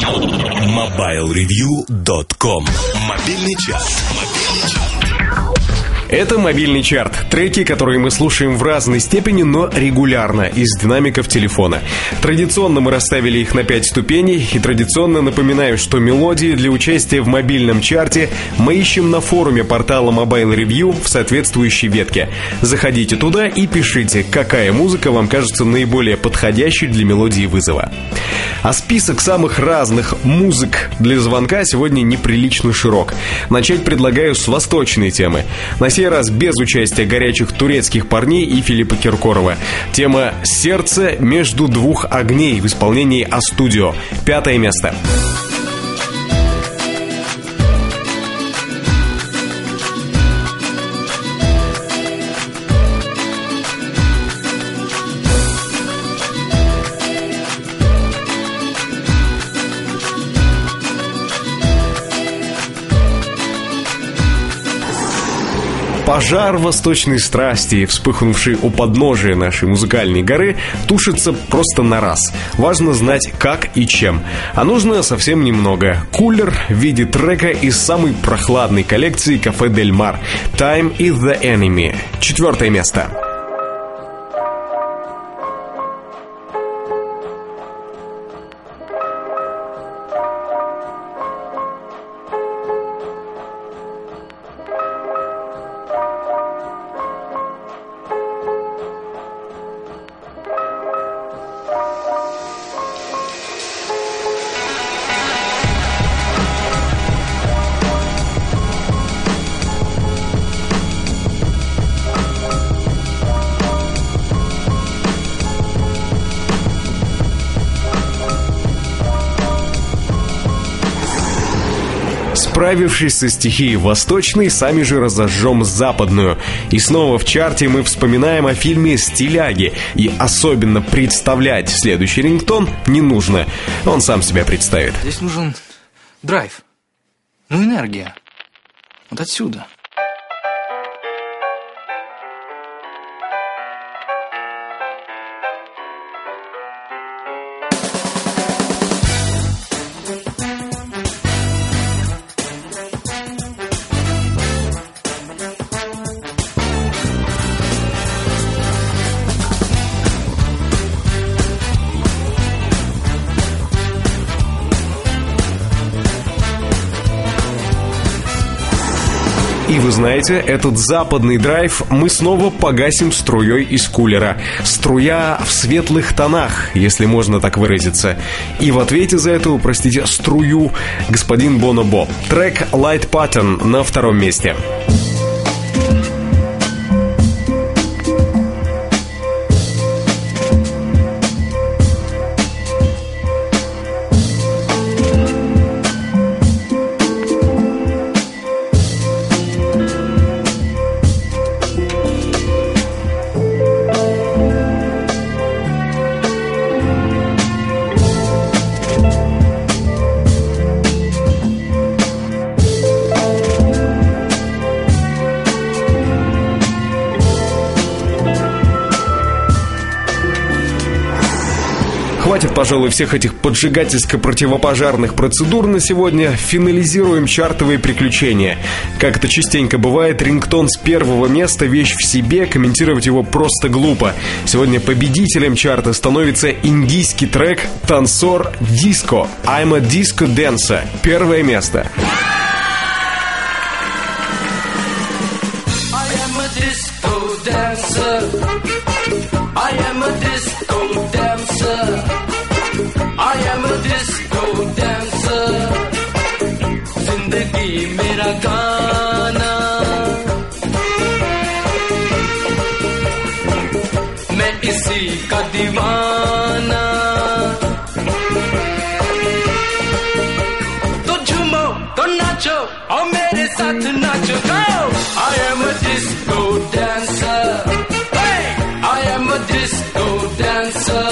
MobileReview.com. Мобильный час. Это мобильный чарт. Треки, которые мы слушаем в разной степени, но регулярно, из динамиков телефона. Традиционно мы расставили их на 5 ступеней. И традиционно напоминаю, что мелодии для участия в мобильном чарте мы ищем на форуме портала Mobile Review в соответствующей ветке. Заходите туда и пишите, какая музыка вам кажется наиболее подходящей для мелодии вызова. А список самых разных музык для звонка сегодня неприлично широк. Начать предлагаю с восточной темы. На сей раз без участия горячих турецких парней и Филиппа Киркорова. Тема «Сердце между двух огней» в исполнении А-Студио. 5 место. Пожар восточной страсти, вспыхнувший у подножия нашей музыкальной горы, тушится просто на раз. Важно знать, как и чем. А нужно совсем немного. Кулер в виде трека из самой прохладной коллекции Кафе Дель Мар. Time is the Enemy. 4 место. Справившись со стихией восточной, сами же разожжем западную. И снова в чарте мы вспоминаем о фильме «Стиляги». И особенно представлять следующий рингтон не нужно. Он сам себя представит. Здесь нужен драйв. Энергия. Вот отсюда. И вы знаете, этот западный драйв мы снова погасим струей из кулера. Струя в светлых тонах, если можно так выразиться. И в ответе за эту, простите, струю, господин Бонобо. Трек Light Pattern на 2 месте. Хватит, пожалуй, всех этих поджигательско-противопожарных процедур на сегодня. Финализируем чартовые приключения. Как это частенько бывает, рингтон с 1 места — вещь в себе, комментировать его просто глупо. Сегодня победителем чарта становится индийский трек «Танцор Диско» «I'm a Disco Dancer». 1 место. I am a disco dancer. जिंदगी मेरा गाना, मैं इसी का दीवाना. तो झूमो, तो नाचो और मेरे साथ नाचो. Go! I am a disco dancer. Hey! I am a disco dancer.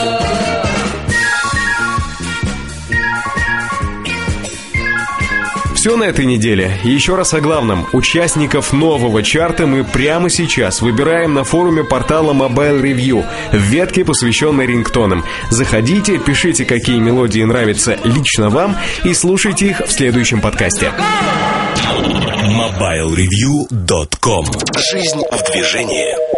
все на этой неделе. Еще раз о главном. Участников нового чарта мы прямо сейчас выбираем на форуме портала Mobile Review в ветке, посвященной рингтонам. Заходите, пишите, какие мелодии нравятся лично вам, и слушайте их в следующем подкасте. MobileReview.com. Жизнь в движении.